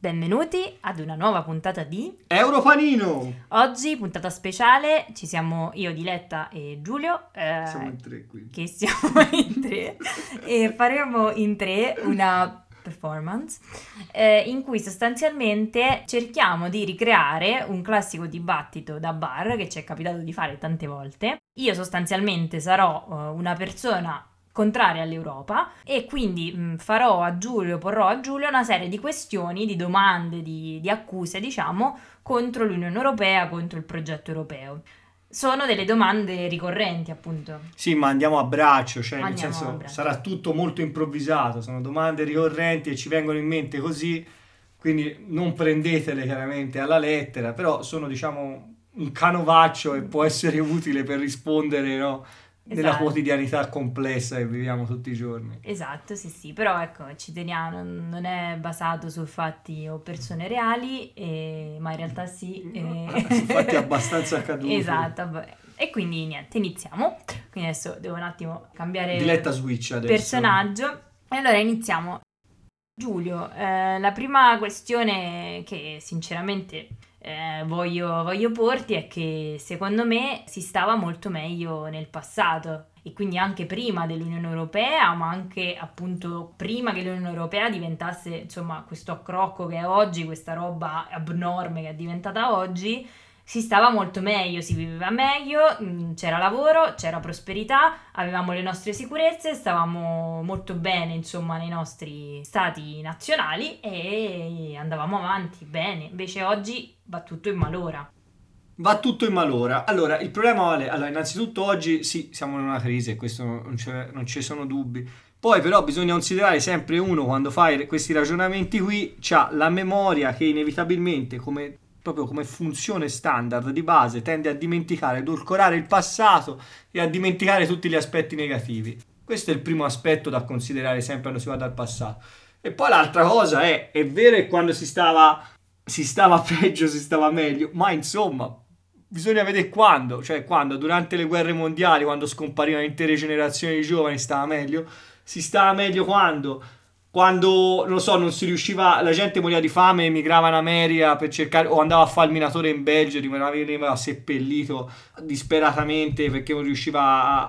Benvenuti ad una nuova puntata di Europanino! Oggi, puntata speciale, ci siamo io, Diletta e Giulio, Siamo in tre qui. che siamo in tre, e faremo in tre una performance in cui sostanzialmente cerchiamo di ricreare un classico dibattito da bar che ci è capitato di fare tante volte. Io sostanzialmente sarò una persona contraria all'Europa e quindi porrò a Giulio una serie di questioni, di domande, di accuse, diciamo, contro l'Unione Europea, contro il progetto europeo. Sono delle domande ricorrenti, appunto. Sì, ma andiamo a braccio, cioè nel Andiamo a senso braccio. sarà tutto molto improvvisato, sono domande ricorrenti e ci vengono in mente così, quindi non prendetele chiaramente alla lettera, però sono diciamo un canovaccio e può essere utile per rispondere, no, nella Esatto. quotidianità complessa che viviamo tutti i giorni. Esatto, sì, però ecco, ci teniamo, non è basato su fatti o persone reali, ma in realtà sì. Su fatti abbastanza accaduti. Esatto, vabbè. E quindi niente, iniziamo. Quindi adesso devo un attimo cambiare Diletta switch adesso. personaggio. E allora iniziamo. Giulio, la prima questione che sinceramente voglio porti è che secondo me si stava molto meglio nel passato e quindi anche prima dell'Unione Europea, ma anche appunto prima che l'Unione Europea diventasse insomma questo accrocco che è oggi, questa roba abnorme che è diventata oggi. Si stava molto meglio, si viveva meglio, c'era lavoro, c'era prosperità, avevamo le nostre sicurezze, stavamo molto bene, insomma, nei nostri stati nazionali e andavamo avanti bene. Invece oggi va tutto in malora. Va tutto in malora. Allora, il problema qual è? Allora, innanzitutto oggi sì, siamo in una crisi e questo non ci sono dubbi. Poi però bisogna considerare sempre uno, quando fa questi ragionamenti qui, c'ha la memoria che inevitabilmente, proprio come funzione standard di base, tende a dimenticare, edulcorare il passato e a dimenticare tutti gli aspetti negativi. Questo è il primo aspetto da considerare sempre quando si va dal passato. E poi l'altra cosa è vero che quando si stava peggio, si stava meglio, ma insomma, bisogna vedere quando, cioè quando, durante le guerre mondiali, quando scomparivano intere generazioni di giovani, stava meglio, si stava meglio quando, non lo so, non si riusciva, la gente moriva di fame, emigrava in America per cercare, o andava a fare il minatore in Belgio, veniva seppellito disperatamente perché non riusciva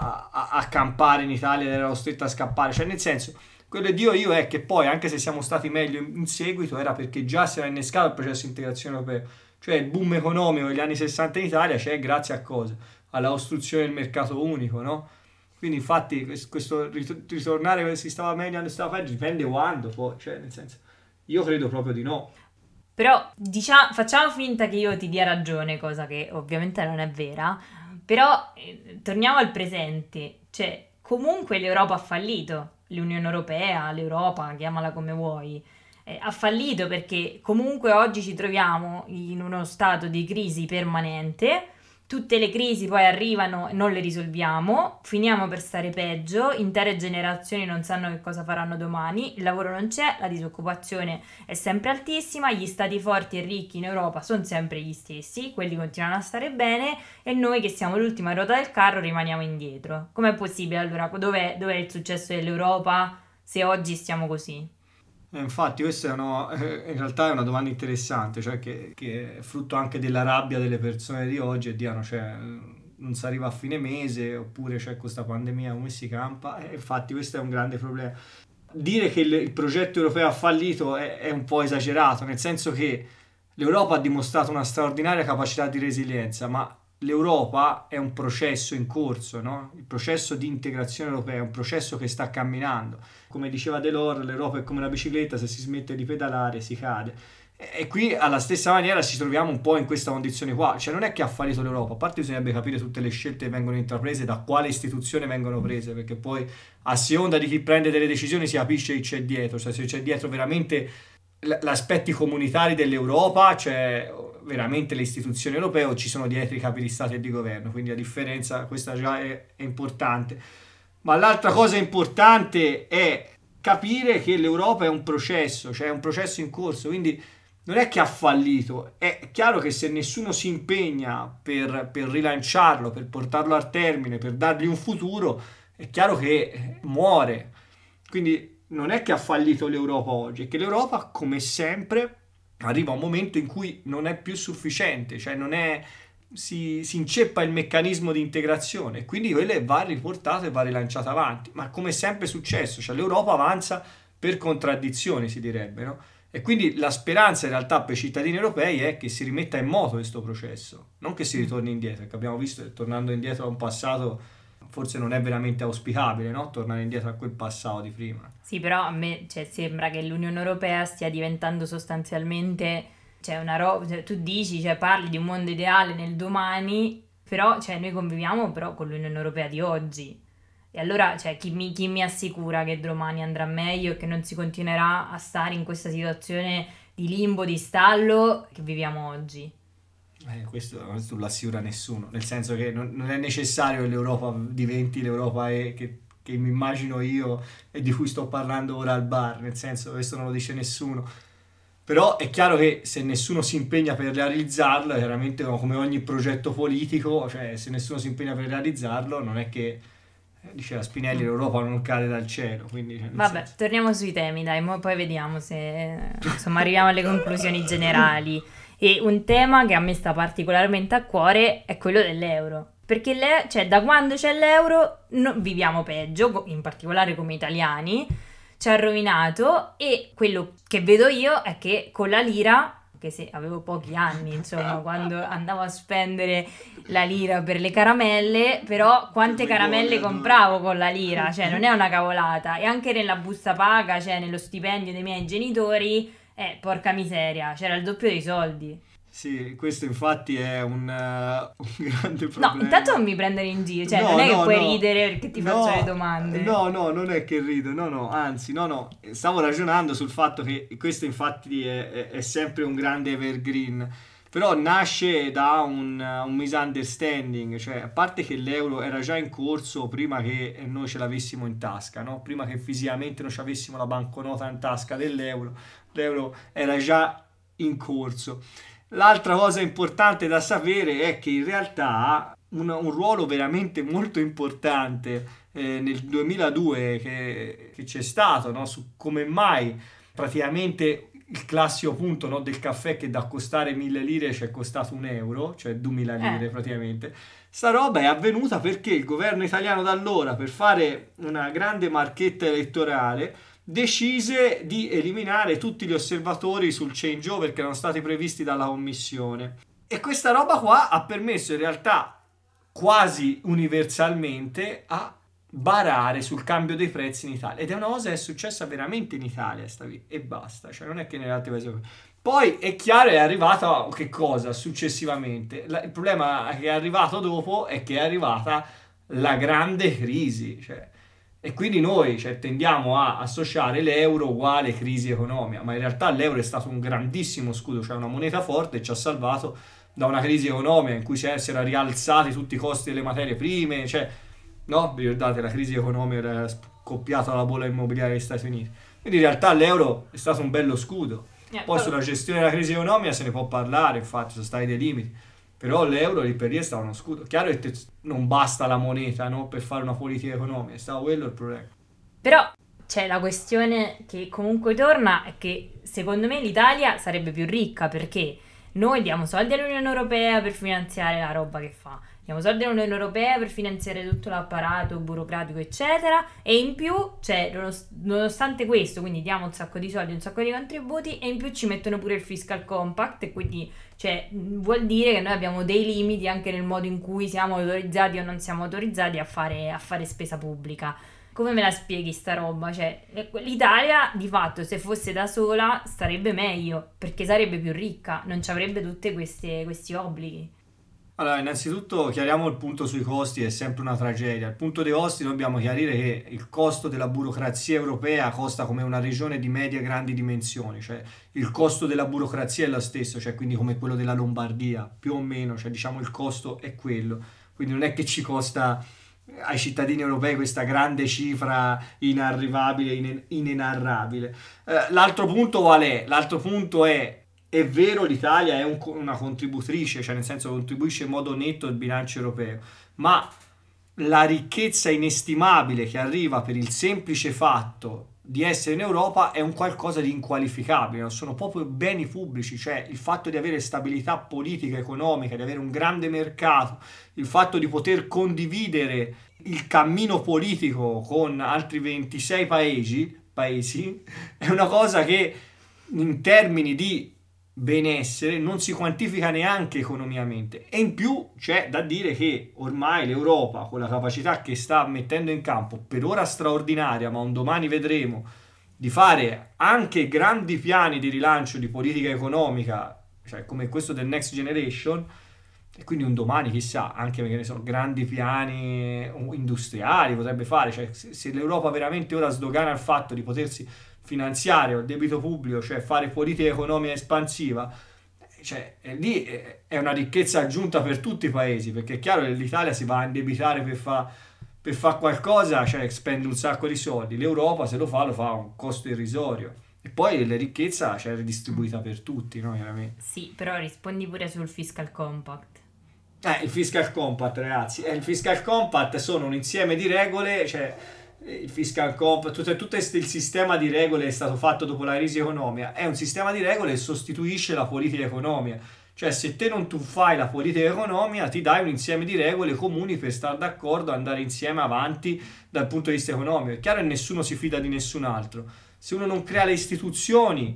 a campare in Italia ed era costretto a scappare, cioè nel senso, quello che dico io è che poi, anche se siamo stati meglio in seguito, era perché già si era innescato il processo di integrazione europeo. Cioè il boom economico degli anni 60 in Italia c'è grazie a cosa? Alla costruzione del mercato unico, no? Quindi infatti questo ritornare che si stava meglio quando stava peggio dipende quando poi, cioè nel senso, io credo proprio di no. Però facciamo finta che io ti dia ragione, cosa che ovviamente non è vera, però torniamo al presente, cioè comunque l'Europa ha fallito, l'Unione Europea, l'Europa, chiamala come vuoi, ha fallito perché comunque oggi ci troviamo in uno stato di crisi permanente. Tutte le crisi poi arrivano e non le risolviamo, finiamo per stare peggio, intere generazioni non sanno che cosa faranno domani, il lavoro non c'è, la disoccupazione è sempre altissima, gli stati forti e ricchi in Europa sono sempre gli stessi, quelli continuano a stare bene e noi che siamo l'ultima ruota del carro rimaniamo indietro. Com'è possibile allora? Dov'è il successo dell'Europa se oggi stiamo così? Infatti questa in realtà è una domanda interessante, cioè che è frutto anche della rabbia delle persone di oggi e dicono, cioè, non si arriva a fine mese oppure c'è questa pandemia, come si campa? E infatti questo è un grande problema. Dire che il progetto europeo ha fallito è un po' esagerato, nel senso che l'Europa ha dimostrato una straordinaria capacità di resilienza, ma l'Europa è un processo in corso, no? Il processo di integrazione europea è un processo che sta camminando. Come diceva Delors, l'Europa è come una bicicletta, se si smette di pedalare si cade. E qui alla stessa maniera ci troviamo un po' in questa condizione qua, cioè non è che ha fallito l'Europa, a parte bisognerebbe capire tutte le scelte che vengono intraprese, da quale istituzione vengono prese, perché poi a seconda di chi prende delle decisioni si capisce chi c'è dietro, cioè se c'è dietro veramente gli aspetti comunitari dell'Europa, cioè veramente le istituzioni europee, o ci sono dietro i capi di Stato e di governo, quindi la differenza questa già è importante. Ma l'altra cosa importante è capire che l'Europa è un processo, cioè è un processo in corso, quindi non è che ha fallito, è chiaro che se nessuno si impegna per rilanciarlo, per portarlo a termine, per dargli un futuro, è chiaro che muore. Quindi non è che ha fallito l'Europa oggi, è che l'Europa, come sempre, arriva un momento in cui non è più sufficiente, cioè non è, si inceppa il meccanismo di integrazione, quindi quello va riportato e va rilanciato avanti, ma come è sempre successo, cioè l'Europa avanza per contraddizioni, si direbbe, no? E quindi la speranza in realtà per i cittadini europei è che si rimetta in moto questo processo, non che si ritorni indietro, perché abbiamo visto che tornando indietro a un passato forse non è veramente auspicabile, no? Tornare indietro a quel passato di prima. Sì, però a me sembra che l'Unione Europea stia diventando sostanzialmente, una roba, tu dici, parli di un mondo ideale nel domani, però noi conviviamo però con l'Unione Europea di oggi. E allora chi mi assicura che domani andrà meglio e che non si continuerà a stare in questa situazione di limbo, di stallo che viviamo oggi? Questo non lo assicura nessuno, nel senso che non è necessario che l'Europa diventi l'Europa che mi immagino io e di cui sto parlando ora al bar, nel senso questo non lo dice nessuno. Però è chiaro che se nessuno si impegna per realizzarlo, chiaramente come ogni progetto politico, cioè se nessuno si impegna per realizzarlo, non è che, diceva Spinelli, l'Europa non cade dal cielo. Quindi, vabbè, torniamo sui temi, dai, poi vediamo se insomma arriviamo alle conclusioni generali. E un tema che a me sta particolarmente a cuore è quello dell'euro. Perché da quando c'è l'euro viviamo peggio, in particolare come italiani, ci ha rovinato, e quello che vedo io è che con la lira, anche se avevo pochi anni, insomma, quando andavo a spendere la lira per le caramelle, però quante caramelle compravo con la lira, non è una cavolata. E anche nella busta paga, nello stipendio dei miei genitori, porca miseria, c'era il doppio dei soldi. Sì, questo infatti è un grande problema. No, intanto non mi prendere in giro, non è che puoi ridere perché ti faccio le domande. No, non è che rido, anzi, stavo ragionando sul fatto che questo infatti è sempre un grande evergreen, però nasce da un misunderstanding, cioè a parte che l'euro era già in corso prima che noi ce l'avessimo in tasca, no? Prima che fisicamente noi avessimo la banconota in tasca dell'euro, l'euro era già in corso. L'altra cosa importante da sapere è che in realtà un ruolo veramente molto importante nel 2002 che c'è stato, no? Su come mai praticamente il classico punto, no, del caffè che da costare 1.000 lire ci è costato €1, cioè 2.000 lire praticamente. Sta roba è avvenuta perché il governo italiano da allora, per fare una grande marchetta elettorale, decise di eliminare tutti gli osservatori sul changeover che erano stati previsti dalla commissione, e questa roba qua ha permesso in realtà quasi universalmente a barare sul cambio dei prezzi in Italia, ed è una cosa che è successa veramente in Italia e basta, cioè non è che negli altri paesi. Poi è chiaro, è arrivata che cosa successivamente, il problema che è arrivato dopo è che è arrivata la grande crisi, e quindi noi tendiamo a associare l'euro uguale crisi economica, ma in realtà l'euro è stato un grandissimo scudo, cioè una moneta forte, e ci ha salvato da una crisi economica in cui si erano rialzati tutti i costi delle materie prime, no? Vi ricordate, la crisi economica era scoppiata la bolla immobiliare degli Stati Uniti. Quindi in realtà l'euro è stato un bello scudo. Poi sulla gestione della crisi economica se ne può parlare, infatti sono stati dei limiti. Però l'euro lì per lì è stato uno scudo. Chiaro che non basta la moneta, no, per fare una politica economica, è stato quello il problema. Però c'è la questione che comunque torna, è che secondo me l'Italia sarebbe più ricca perché noi diamo soldi all'Unione Europea per finanziare la roba che fa, diamo soldi all'Unione Europea per finanziare tutto l'apparato burocratico eccetera, e in più, nonostante questo, quindi diamo un sacco di soldi, un sacco di contributi, e in più ci mettono pure il fiscal compact, e quindi vuol dire che noi abbiamo dei limiti anche nel modo in cui siamo autorizzati o non siamo autorizzati a fare spesa pubblica. Come me la spieghi sta roba? L'Italia di fatto, se fosse da sola, starebbe meglio perché sarebbe più ricca, non ci avrebbe tutti questi obblighi. Allora, innanzitutto chiariamo il punto sui costi, è sempre una tragedia. Il punto dei costi, noi dobbiamo chiarire che il costo della burocrazia europea costa come una regione di medie e grandi dimensioni, cioè il costo della burocrazia è lo stesso, quindi come quello della Lombardia, più o meno, diciamo il costo è quello. Quindi non è che ci costa ai cittadini europei questa grande cifra inarrivabile, inenarrabile. L'altro punto qual è? L'altro punto è vero, l'Italia è una contributrice, nel senso contribuisce in modo netto al bilancio europeo, ma la ricchezza inestimabile che arriva per il semplice fatto di essere in Europa è un qualcosa di inqualificabile, sono proprio beni pubblici, cioè il fatto di avere stabilità politica, economica, di avere un grande mercato, il fatto di poter condividere il cammino politico con altri 26 paesi è una cosa che in termini di benessere non si quantifica neanche economicamente. E in più c'è da dire che ormai l'Europa, con la capacità che sta mettendo in campo, per ora straordinaria, ma un domani vedremo, di fare anche grandi piani di rilancio di politica economica, cioè come questo del Next Generation, e quindi un domani chissà, anche perché ne sono grandi piani industriali potrebbe fare, cioè se l'Europa veramente ora sdogana il fatto di potersi finanziario, il debito pubblico, cioè fare politica economica espansiva, cioè lì è una ricchezza aggiunta per tutti i paesi, perché è chiaro che l'Italia si va a indebitare per fare qualcosa, cioè spende un sacco di soldi, l'Europa se lo fa a un costo irrisorio. E poi la ricchezza è ridistribuita per tutti, no? Chiaramente. Sì, però rispondi pure sul fiscal compact. Il fiscal compact, ragazzi, il fiscal compact sono un insieme di regole, cioè il fiscal compact, tutto il sistema di regole è stato fatto dopo la crisi economica, è un sistema di regole che sostituisce la politica economica, cioè se te non tu fai la politica economica ti dai un insieme di regole comuni per stare d'accordo, andare insieme avanti dal punto di vista economico. È chiaro che nessuno si fida di nessun altro, se uno non crea le istituzioni,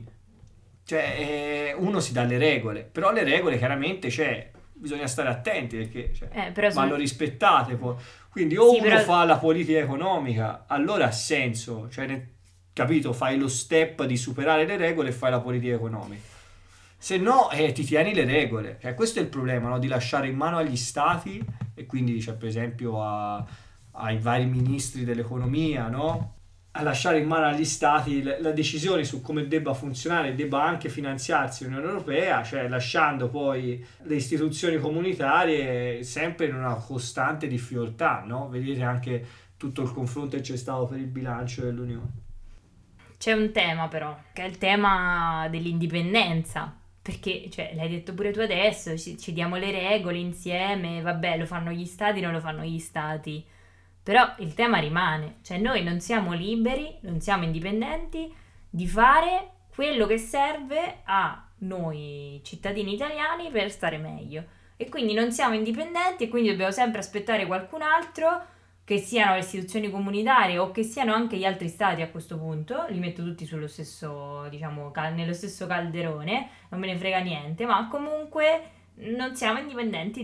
cioè uno si dà le regole, però le regole chiaramente bisogna stare attenti perché vanno rispettate poi. Quindi o uno fa la politica economica, allora ha senso, capito? Fai lo step di superare le regole e fai la politica economica. Se no, ti tieni le regole. Questo è il problema, no? Di lasciare in mano agli stati, e quindi per esempio ai vari ministri dell'economia, no? A lasciare in mano agli stati la decisione su come debba funzionare, debba anche finanziarsi l'Unione Europea, cioè lasciando poi le istituzioni comunitarie sempre in una costante difficoltà, no? Vedete anche tutto il confronto che c'è stato per il bilancio dell'Unione. C'è un tema però, che è il tema dell'indipendenza, perché l'hai detto pure tu adesso, ci diamo le regole insieme, vabbè, lo fanno gli stati, non lo fanno gli stati. Però il tema rimane, noi non siamo liberi, non siamo indipendenti di fare quello che serve a noi cittadini italiani per stare meglio. E quindi non siamo indipendenti e quindi dobbiamo sempre aspettare qualcun altro, che siano le istituzioni comunitarie o che siano anche gli altri stati a questo punto, li metto tutti sullo stesso, nello stesso calderone, non me ne frega niente, ma comunque non siamo indipendenti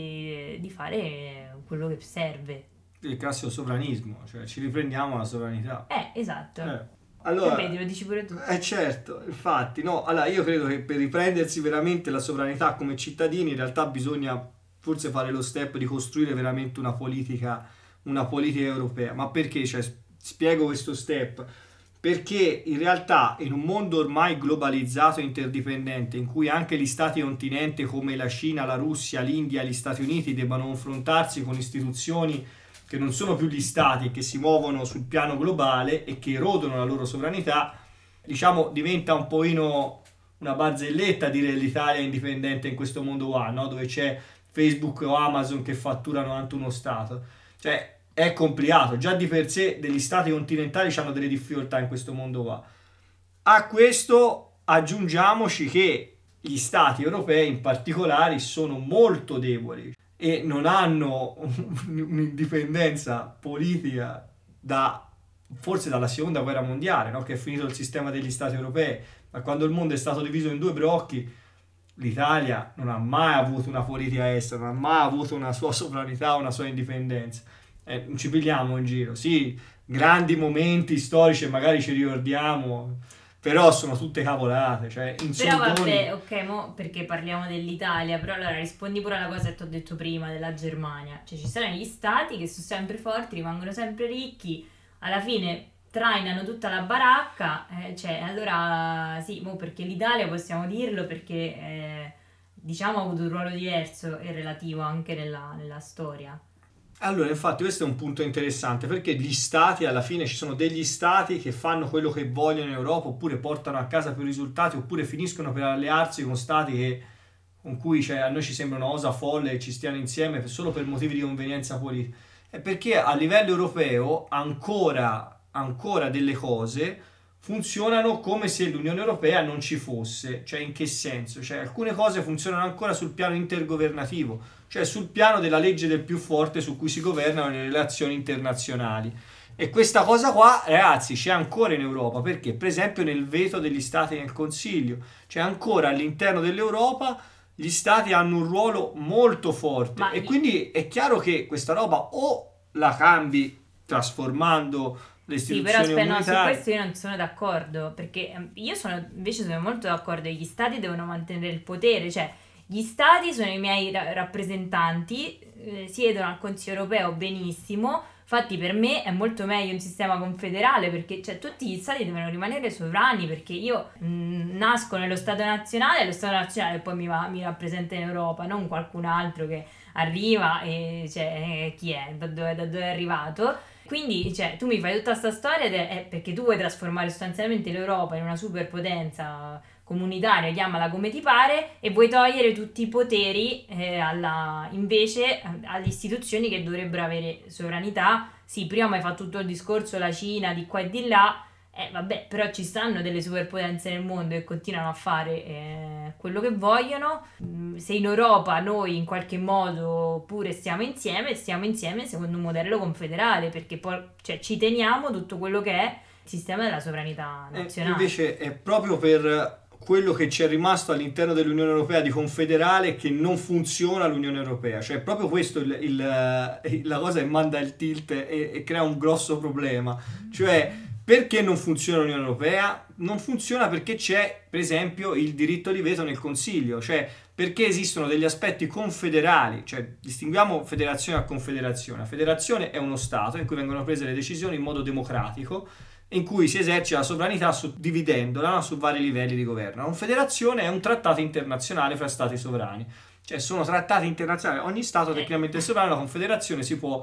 di fare quello che serve. Il classico sovranismo, ci riprendiamo la sovranità. Esatto. Allora, vedi, lo dici pure tu. Certo, infatti, no, allora io credo che per riprendersi veramente la sovranità come cittadini in realtà bisogna forse fare lo step di costruire veramente una politica europea. Ma perché? Spiego questo step. Perché in realtà in un mondo ormai globalizzato e interdipendente, in cui anche gli stati continente come la Cina, la Russia, l'India, gli Stati Uniti debbano confrontarsi con istituzioni che non sono più gli stati, che si muovono sul piano globale e che erodono la loro sovranità, diventa un pochino una barzelletta dire l'Italia è indipendente in questo mondo qua, no? Dove c'è Facebook o Amazon che fatturano anche uno stato. È complicato, già di per sé degli stati continentali hanno delle difficoltà in questo mondo qua. A questo aggiungiamoci che gli stati europei in particolare sono molto deboli e non hanno un'indipendenza politica forse dalla seconda guerra mondiale, no? Che è finito il sistema degli stati europei, ma quando il mondo è stato diviso in due blocchi l'Italia non ha mai avuto una politica estera, non ha mai avuto una sua sovranità, una sua indipendenza. Non ci pigliamo in giro, sì, grandi momenti storici e magari ci ricordiamo, però sono tutte cavolate, in però soldoni... vabbè, ok, mo perché parliamo dell'Italia, però allora rispondi pure alla cosa che ti ho detto prima della Germania, ci sono gli stati che sono sempre forti, rimangono sempre ricchi, alla fine trainano tutta la baracca, allora sì, mo perché l'Italia possiamo dirlo perché ha avuto un ruolo diverso e relativo anche nella storia. Allora, infatti, questo è un punto interessante perché gli stati, alla fine, ci sono degli stati che fanno quello che vogliono in Europa oppure portano a casa più risultati oppure finiscono per allearsi con stati con cui a noi ci sembra una cosa folle e ci stiano insieme solo per motivi di convenienza politica. È perché a livello europeo ancora ancora delle cose funzionano come se l'Unione Europea non ci fosse. Cioè, in che senso? Cioè, alcune cose funzionano ancora sul piano intergovernativo, cioè sul piano della legge del più forte su cui si governano le relazioni internazionali. E questa cosa qua, ragazzi, c'è ancora in Europa, perché per esempio nel veto degli stati nel Consiglio, cioè ancora all'interno dell'Europa gli stati hanno un ruolo molto forte. Ma e quindi è chiaro che questa roba o la cambi trasformando le sì, però istituzioni aspetta, no, su comunitarie. questo io non sono d'accordo, perché io invece sono molto d'accordo che gli stati devono mantenere il potere, cioè gli stati sono i miei rappresentanti, siedono al Consiglio europeo benissimo, infatti per me è molto meglio un sistema confederale, perché cioè, tutti gli stati devono rimanere sovrani, perché io nasco nello Stato nazionale e lo Stato nazionale poi mi rappresenta in Europa, non qualcun altro che arriva e cioè, chi è, da dove è arrivato. Quindi, cioè, tu mi fai tutta questa storia è perché tu vuoi trasformare sostanzialmente l'Europa in una superpotenza comunitaria, chiamala come ti pare, e vuoi togliere tutti i poteri invece alle istituzioni che dovrebbero avere sovranità. Sì, prima mi hai fatto tutto il discorso, la Cina, di qua e di là, vabbè, però ci stanno delle superpotenze nel mondo che continuano a fare quello che vogliono. Se in Europa noi in qualche modo pure stiamo insieme secondo un modello confederale, perché poi cioè, ci teniamo tutto quello che è il sistema della sovranità nazionale. Invece è proprio per quello che ci è rimasto all'interno dell'Unione Europea di confederale che non funziona l'Unione Europea, cioè proprio questo la cosa che manda il tilt e crea un grosso problema, cioè perché non funziona l'Unione Europea? Non funziona perché c'è per esempio il diritto di veto nel Consiglio, cioè perché esistono degli aspetti confederali, cioè distinguiamo federazione da confederazione. La federazione è uno Stato in cui vengono prese le decisioni in modo democratico, in cui si esercita la sovranità dividendola, no, su vari livelli di governo. La confederazione è un trattato internazionale fra stati sovrani, cioè sono trattati internazionali, ogni Stato tecnicamente è sovrano, la confederazione si può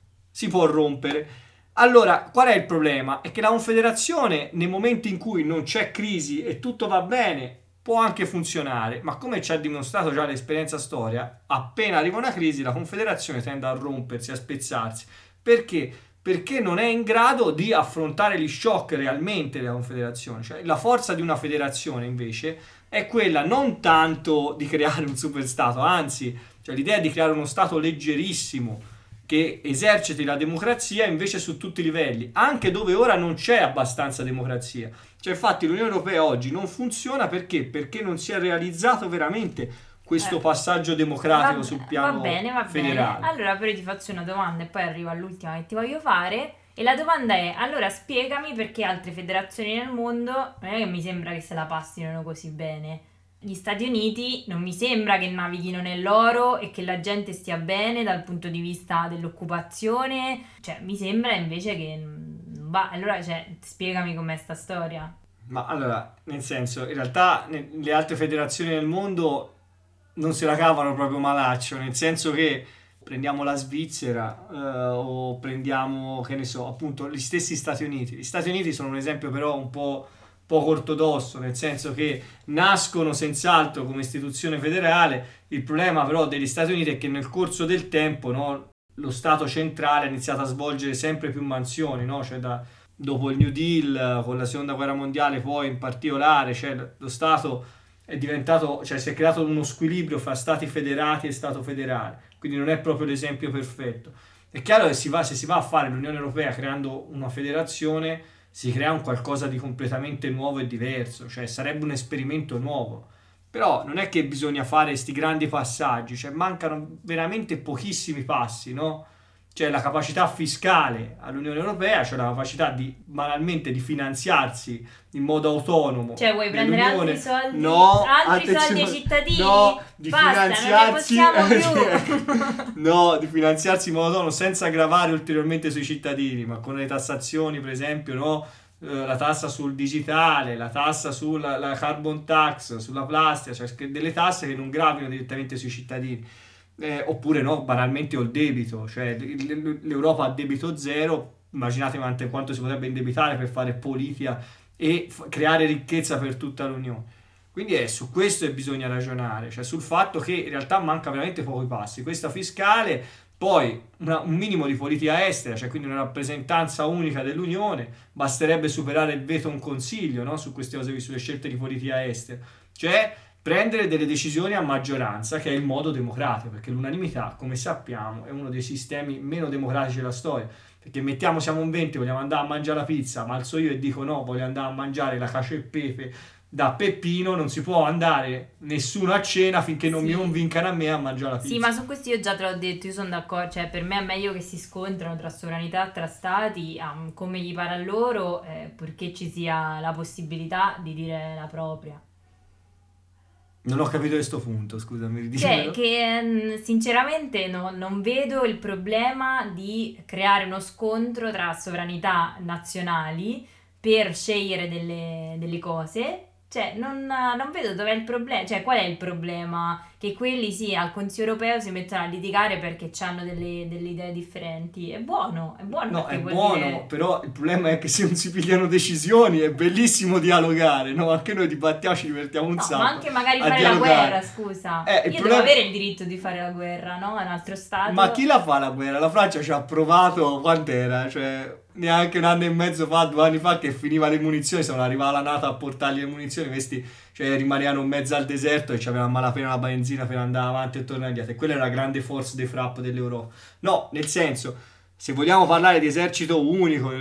rompere. Allora, qual è il problema? È che la confederazione, nei momenti in cui non c'è crisi e tutto va bene, può anche funzionare, ma come ci ha dimostrato già l'esperienza storia, appena arriva una crisi la confederazione tende a rompersi, a spezzarsi. Perché? Perché non è in grado di affrontare gli shock realmente della confederazione. Cioè, la forza di una federazione invece è quella non tanto di creare un superstato, anzi, cioè l'idea di creare uno stato leggerissimo che eserciti la democrazia invece su tutti i livelli, anche dove ora non c'è abbastanza democrazia. Cioè, infatti l'Unione Europea oggi non funziona perché? Perché non si è realizzato veramente questo passaggio democratico sul piano federale. Allora però ti faccio una domanda e poi arrivo all'ultima che ti voglio fare. E la domanda è, allora spiegami perché altre federazioni nel mondo non è che mi sembra che se la passino così bene. Gli Stati Uniti non mi sembra che navighino nell'oro e che la gente stia bene dal punto di vista dell'occupazione, cioè mi sembra invece che non va. Allora cioè, spiegami com'è sta storia. Ma allora, nel senso, in realtà le altre federazioni nel mondo non se la cavano proprio malaccio, nel senso che prendiamo la Svizzera o prendiamo, che ne so, appunto gli stessi Stati Uniti. Gli Stati Uniti sono un esempio però un po' poco ortodosso, nel senso che nascono senz'altro come istituzione federale. Il problema però degli Stati Uniti è che nel corso del tempo, no, lo Stato centrale ha iniziato a svolgere sempre più mansioni, no? Cioè dopo il New Deal, con la seconda guerra mondiale poi in particolare, cioè lo Stato è diventato, cioè si è creato uno squilibrio fra stati federati e Stato federale, quindi non è proprio l'esempio perfetto. È chiaro che se si va a fare l'Unione Europea creando una federazione, si crea un qualcosa di completamente nuovo e diverso, cioè sarebbe un esperimento nuovo. Però non è che bisogna fare questi grandi passaggi, cioè mancano veramente pochissimi passi, no? Cioè la capacità fiscale all'Unione Europea, cioè la capacità banalmente di finanziarsi in modo autonomo. Cioè vuoi prendere altri soldi? No, altri soldi ai cittadini? No, di basta, finanziarsi non ne possiamo più. no, di finanziarsi in modo autonomo senza gravare ulteriormente sui cittadini, ma con le tassazioni, per esempio, no? La tassa sul digitale, la tassa sulla carbon tax, sulla plastica, cioè delle tasse che non gravino direttamente sui cittadini. Oppure no, banalmente ho il debito, cioè l'Europa ha debito zero, immaginate quanto si potrebbe indebitare per fare politica e creare ricchezza per tutta l'Unione. Quindi è su questo che bisogna ragionare, cioè sul fatto che in realtà manca veramente pochi passi. Questa fiscale Poi un minimo di politica estera, cioè quindi una rappresentanza unica dell'Unione, basterebbe superare il veto a un consiglio, no? Su queste cose, sulle scelte di politica estera, cioè prendere delle decisioni a maggioranza, che è il modo democratico, perché l'unanimità, come sappiamo, è uno dei sistemi meno democratici della storia, perché mettiamo siamo un 20, vogliamo andare a mangiare la pizza, ma alzo io e dico no, voglio andare a mangiare la cacio e pepe da Peppino, non si può andare nessuno a cena finché non mi convincano a me a mangiare la pizza. Sì, ma su questo io già te l'ho detto, io sono d'accordo, cioè per me è meglio che si scontrano tra sovranità, tra stati, come gli pare a loro, purché ci sia la possibilità di dire la propria. Non ho capito questo punto, scusami, Cioè, dimmelo. che sinceramente non vedo il problema di creare uno scontro tra sovranità nazionali per scegliere delle cose. Cioè, non vedo dov'è il problema. Cioè, qual è il problema? Che quelli sì, al Consiglio europeo si mettono a litigare perché hanno delle idee differenti. È buono No, perché è vuol buono, dire... però il problema è che se non si pigliano decisioni è bellissimo dialogare, no? Anche noi dibattiamo, ci divertiamo un No, sacco ma anche magari a fare la dialogare. guerra, scusa. Il Io devo problema... avere il diritto di fare la guerra, no? È un altro stato. Ma chi la fa la guerra? La Francia ci ha provato, quant'era? Cioè, neanche un anno e mezzo fa, 2 anni fa, che finiva le munizioni, sono arrivava la NATO a portargli le munizioni, questi cioè, rimanevano in mezzo al deserto e c'avevano a malapena la benzina per andare avanti e tornare indietro. E quella è la grande force de frappe dell'Europa. No, nel senso, se vogliamo parlare di esercito unico,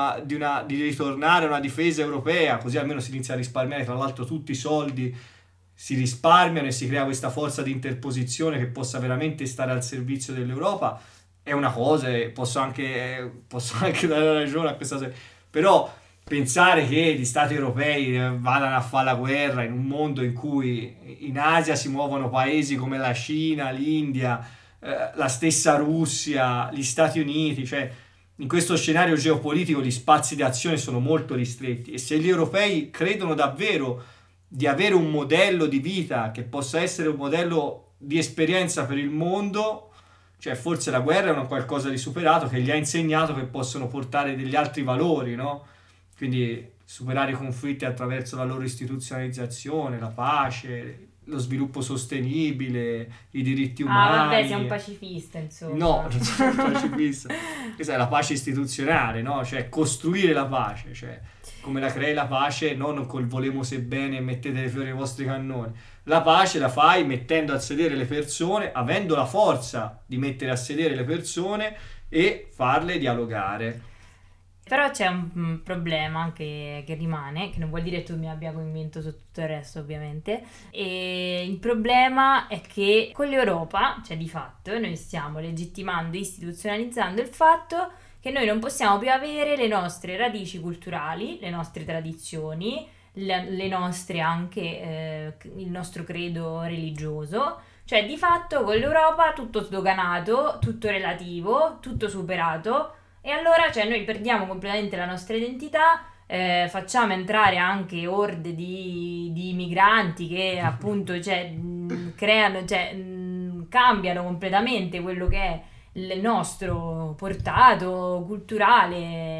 di ritornare a una difesa europea, così almeno si inizia a risparmiare, tra l'altro tutti i soldi si risparmiano e si crea questa forza di interposizione che possa veramente stare al servizio dell'Europa, è una cosa, e posso anche dare ragione a questa cosa, però pensare che gli stati europei vadano a fare la guerra in un mondo in cui in Asia si muovono paesi come la Cina, l'India, la stessa Russia, gli Stati Uniti, cioè in questo scenario geopolitico gli spazi di azione sono molto ristretti e se gli europei credono davvero di avere un modello di vita che possa essere un modello di esperienza per il mondo, cioè forse la guerra è una qualcosa di superato che gli ha insegnato che possono portare degli altri valori, no? Quindi superare i conflitti attraverso la loro istituzionalizzazione, la pace, lo sviluppo sostenibile, i diritti umani. Ah, vabbè, sei un pacifista, insomma. No, non sono un pacifista. Questa è la pace istituzionale, no? Cioè costruire la pace, cioè come la crei la pace, non col volemo se bene e mettete le fiori ai vostri cannoni. La pace la fai mettendo a sedere le persone, avendo la forza di mettere a sedere le persone e farle dialogare. Però c'è un problema che rimane, che non vuol dire che tu mi abbia convinto su tutto il resto, ovviamente. E il problema è che con l'Europa, cioè di fatto, noi stiamo legittimando, istituzionalizzando il fatto che noi non possiamo più avere le nostre radici culturali, le nostre tradizioni, le nostre anche, il nostro credo religioso. Cioè di fatto con l'Europa tutto sdoganato, tutto relativo, tutto superato. E allora, cioè, noi perdiamo completamente la nostra identità, facciamo entrare anche orde di migranti che appunto, cioè, creano, cioè, cambiano completamente quello che è il nostro portato culturale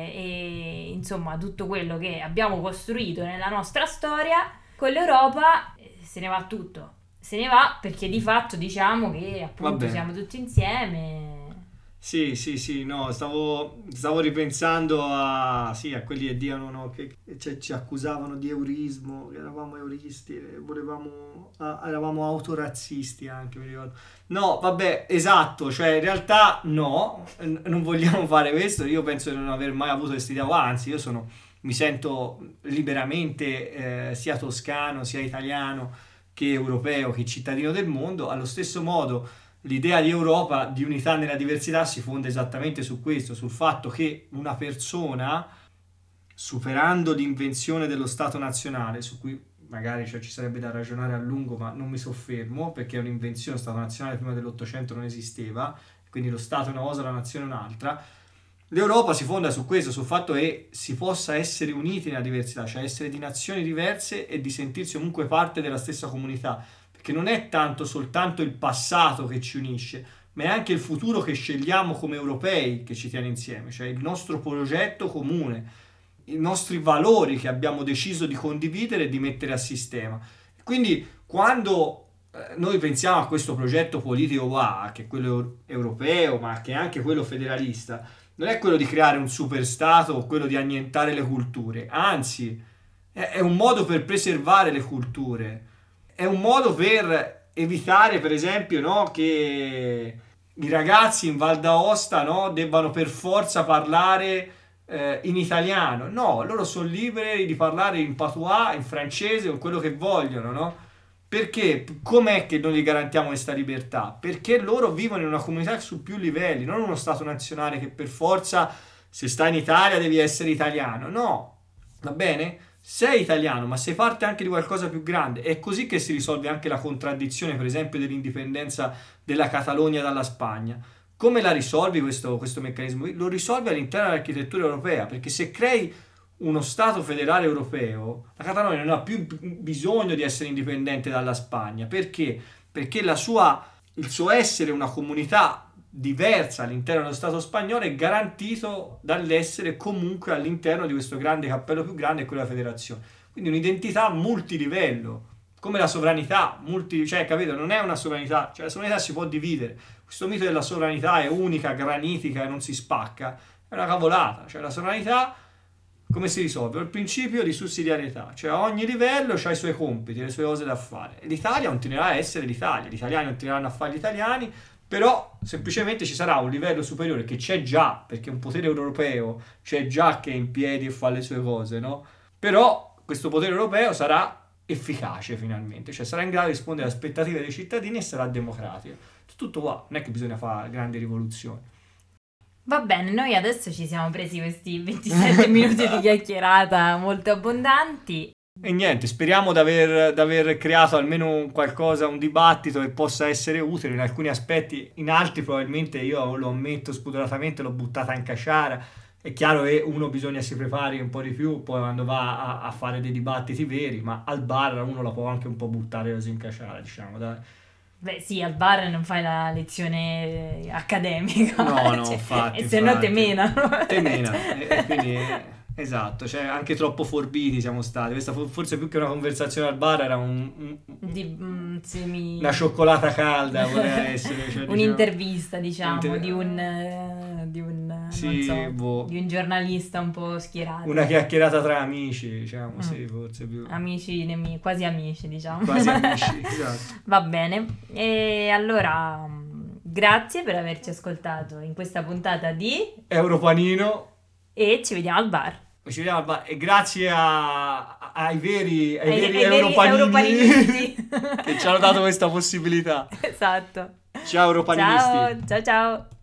e insomma tutto quello che abbiamo costruito nella nostra storia. Con l'Europa se ne va tutto. Se ne va perché di fatto diciamo che appunto siamo tutti insieme. Sì, no, stavo ripensando a quelli che dicono no, che ci accusavano di eurismo, che eravamo euristi, eravamo autorazzisti anche, mi ricordo. No, vabbè, esatto, cioè in realtà no, non vogliamo fare questo, io penso di non aver mai avuto questa idea, anzi mi sento liberamente sia toscano, sia italiano, che europeo, che cittadino del mondo, allo stesso modo. L'idea di Europa, di unità nella diversità, si fonda esattamente su questo, sul fatto che una persona, superando l'invenzione dello Stato nazionale, su cui magari ci sarebbe da ragionare a lungo, ma non mi soffermo, perché è un'invenzione, lo Stato nazionale prima dell'Ottocento non esisteva, quindi lo Stato è una cosa, la nazione è un'altra. L'Europa si fonda su questo, sul fatto che si possa essere uniti nella diversità, cioè essere di nazioni diverse e di sentirsi comunque parte della stessa comunità. Che non è tanto soltanto il passato che ci unisce, ma è anche il futuro che scegliamo come europei che ci tiene insieme, cioè il nostro progetto comune, i nostri valori che abbiamo deciso di condividere e di mettere a sistema. Quindi quando noi pensiamo a questo progetto politico qua, che è quello europeo, ma che è anche quello federalista, non è quello di creare un superstato o quello di annientare le culture, anzi è un modo per preservare le culture, è un modo per evitare, per esempio, no, che i ragazzi in Val d'Aosta, no, debbano per forza parlare in italiano. No, loro sono liberi di parlare in patois, in francese o quello che vogliono, no? Perché? Com'è che noi gli garantiamo questa libertà? Perché loro vivono in una comunità su più livelli, non uno Stato nazionale che per forza, se stai in Italia, devi essere italiano. No, va bene? Sei italiano, ma sei parte anche di qualcosa più grande. È così che si risolve anche la contraddizione, per esempio, dell'indipendenza della Catalogna dalla Spagna. Come la risolvi questo meccanismo? Lo risolvi all'interno dell'architettura europea, perché se crei uno Stato federale europeo, la Catalogna non ha più bisogno di essere indipendente dalla Spagna. Perché? Perché il suo essere una comunità diversa all'interno dello Stato spagnolo è garantito dall'essere comunque all'interno di questo grande cappello più grande, che è quello della federazione. Quindi un'identità multilivello, come la sovranità, cioè capito? Non è una sovranità, cioè la sovranità si può dividere. Questo mito della sovranità è unica, granitica e non si spacca, è una cavolata. Cioè la sovranità come si risolve? Il principio di sussidiarietà, cioè a ogni livello ha i suoi compiti, le sue cose da fare. L'Italia continuerà a essere l'Italia, gli italiani continueranno a fare gli italiani, però semplicemente ci sarà un livello superiore che c'è già, perché un potere europeo c'è già che è in piedi e fa le sue cose, no? Però questo potere europeo sarà efficace finalmente, cioè sarà in grado di rispondere alle aspettative dei cittadini e sarà democratico. Tutto qua, non è che bisogna fare grandi rivoluzioni. Va bene, noi adesso ci siamo presi questi 27 minuti di chiacchierata molto abbondanti. E niente, speriamo d'aver creato almeno qualcosa, un dibattito che possa essere utile in alcuni aspetti, in altri probabilmente io lo ammetto spudoratamente, l'ho buttata in caciara. È chiaro che uno bisogna si prepari un po' di più poi quando va a fare dei dibattiti veri, ma al bar uno la può anche un po' buttare così in caciara, diciamo, dai. Beh sì, al bar non fai la lezione accademica. No, no, cioè, infatti. E se no te menano. Te mena, e quindi esatto, cioè anche troppo forbiti siamo stati. Questa forse più che una conversazione al bar era una cioccolata calda, poteva essere. Cioè, un'intervista, diciamo, di un sì, non so, di un giornalista un po' schierato. Una chiacchierata tra amici, diciamo, sì, forse più. Amici, quasi amici, diciamo. Quasi amici, esatto. Va bene. E allora, grazie per averci ascoltato in questa puntata di Europanino. E ci vediamo al bar. Ci vediamo al bar. E grazie ai veri europanini che ci hanno dato questa possibilità. Esatto. Ciao europaninisti. Ciao, ciao, ciao.